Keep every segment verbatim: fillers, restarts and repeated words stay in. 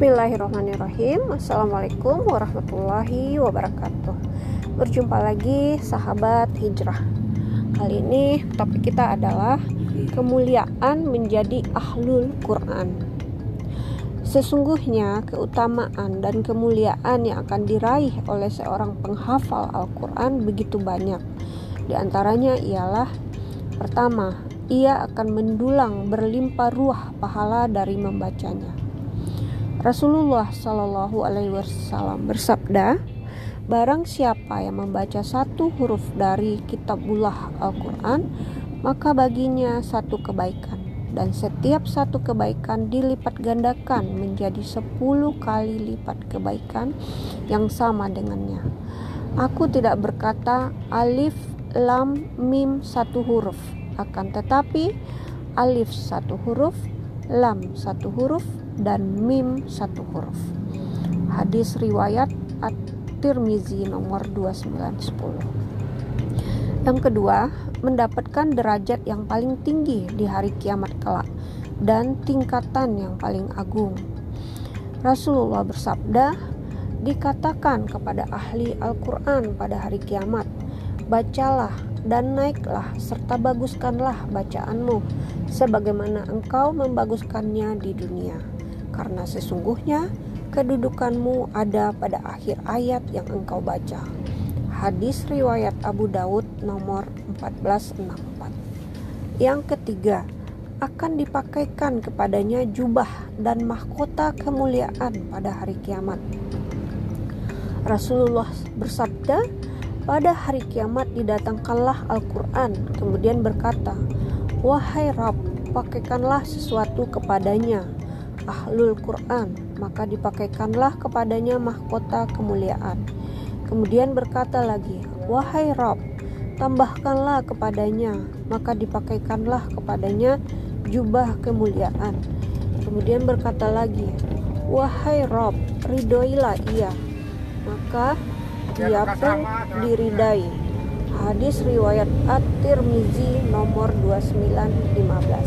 Bismillahirrahmanirrahim. Assalamualaikum warahmatullahi wabarakatuh. Berjumpa lagi sahabat hijrah. Kali ini topik kita adalah kemuliaan menjadi ahlul Quran. Sesungguhnya keutamaan dan kemuliaan yang akan diraih oleh seorang penghafal Al-Quran begitu banyak. Di antaranya ialah: pertama, ia akan mendulang berlimpah ruah pahala dari membacanya. Rasulullah Shallallahu Alaihi Wasallam bersabda, barang siapa yang membaca satu huruf dari kitabullah Al-Quran, maka baginya satu kebaikan, dan setiap satu kebaikan dilipat gandakan menjadi sepuluh kali lipat kebaikan yang sama dengannya. Aku tidak berkata alif, lam, mim satu huruf, akan tetapi alif satu huruf, lam satu huruf, dan mim satu huruf. Hadis riwayat At-Tirmizi nomor dua sembilan sepuluh. Yang kedua, mendapatkan derajat yang paling tinggi di hari kiamat kelak dan tingkatan yang paling agung. Rasulullah bersabda, dikatakan kepada ahli Al-Quran pada hari kiamat, bacalah dan naiklah serta baguskanlah bacaanmu sebagaimana engkau membaguskannya di dunia, karena sesungguhnya kedudukanmu ada pada akhir ayat yang engkau baca. Hadis riwayat Abu Daud nomor empat belas enam puluh empat. Yang ketiga, akan dipakaikan kepadanya jubah dan mahkota kemuliaan pada hari kiamat. Rasulullah bersabda, pada hari kiamat didatangkanlah Al-Quran, kemudian berkata, wahai Rabb, pakaikanlah sesuatu kepadanya, ahlul Quran, maka dipakaikanlah kepadanya mahkota kemuliaan. Kemudian berkata lagi, wahai Rabb, tambahkanlah kepadanya, maka dipakaikanlah kepadanya jubah kemuliaan. Kemudian berkata lagi, wahai Rabb, ridhoilah ia, maka dia pun diridai. Hadis riwayat At-Tirmizi nomor dua sembilan lima belas.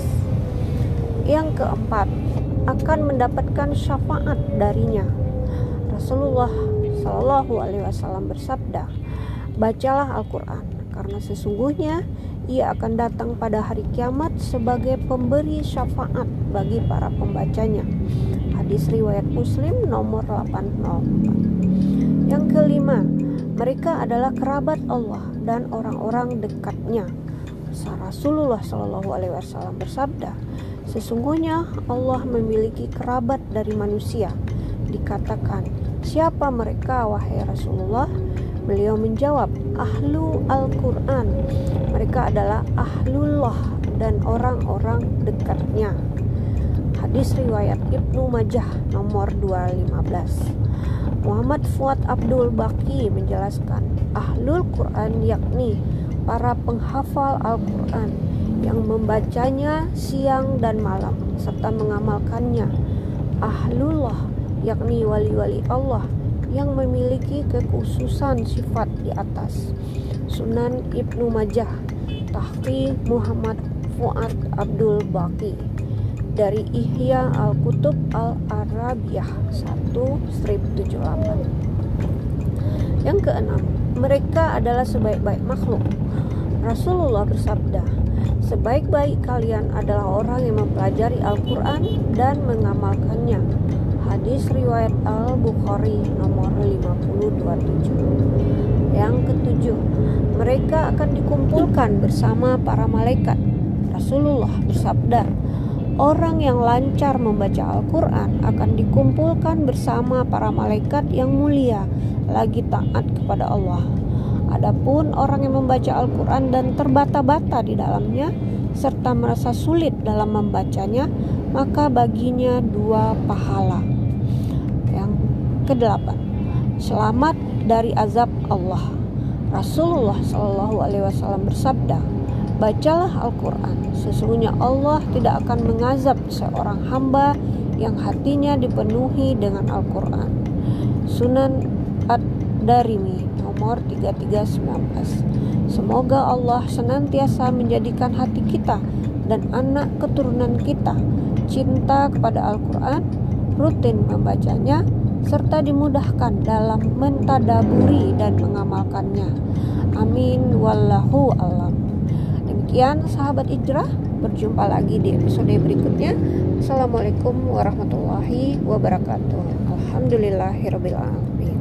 Yang keempat, akan mendapatkan syafaat darinya. Rasulullah Shallallahu Alaihi Wasallam bersabda, bacalah Al-Quran, karena sesungguhnya ia akan datang pada hari kiamat sebagai pemberi syafaat bagi para pembacanya. Hadis riwayat Muslim nomor delapan nol empat. Yang kelima, mereka adalah kerabat Allah dan orang-orang dekatnya. Rasulullah Shallallahu Alaihi Wasallam bersabda, sesungguhnya Allah memiliki kerabat dari manusia. Dikatakan, siapa mereka wahai Rasulullah? Beliau menjawab, ahlu Al-Quran. Mereka adalah ahlullah dan orang-orang dekatnya. Hadis riwayat Ibnu Majah nomor dua lima belas. Muhammad Fuad Abdul Baqi menjelaskan, ahlul Quran yakni para penghafal Al-Quran yang membacanya siang dan malam serta mengamalkannya. Ahlullah yakni wali-wali Allah yang memiliki kekhususan sifat di atas. Sunan Ibnu Majah, Tahqiq Muhammad Fuad Abdul Baqi, dari Ihya Al-Kutub Al-Arabiyah satu strip tujuh puluh delapan. Yang keenam, mereka adalah sebaik-baik makhluk. Rasulullah bersabda, sebaik-baik kalian adalah orang yang mempelajari Al-Quran dan mengamalkannya. Hadis riwayat Al-Bukhari nomor lima nol dua tujuh. Yang ketujuh, mereka akan dikumpulkan bersama para malaikat. Rasulullah bersabda, orang yang lancar membaca Al-Quran akan dikumpulkan bersama para malaikat yang mulia lagi taat kepada Allah. Adapun orang yang membaca Al-Quran dan terbata-bata di dalamnya serta merasa sulit dalam membacanya, maka baginya dua pahala. Yang kedelapan, selamat dari azab Allah. Rasulullah Shallallahu Alaihi Wasallam bersabda, bacalah Al-Quran, sesungguhnya Allah tidak akan mengazab seorang hamba yang hatinya dipenuhi dengan Al-Quran. Sunan Ad-Darimi nomor tiga tiga sembilan belas. Semoga Allah senantiasa menjadikan hati kita dan anak keturunan kita cinta kepada Al-Quran rutin membacanya, serta dimudahkan dalam mentadaburi dan mengamalkannya. Amin wallahu alam. Demikian sahabat hijrah, berjumpa lagi di episode berikutnya. Assalamualaikum warahmatullahi wabarakatuh. Alhamdulillahirabbil alamin.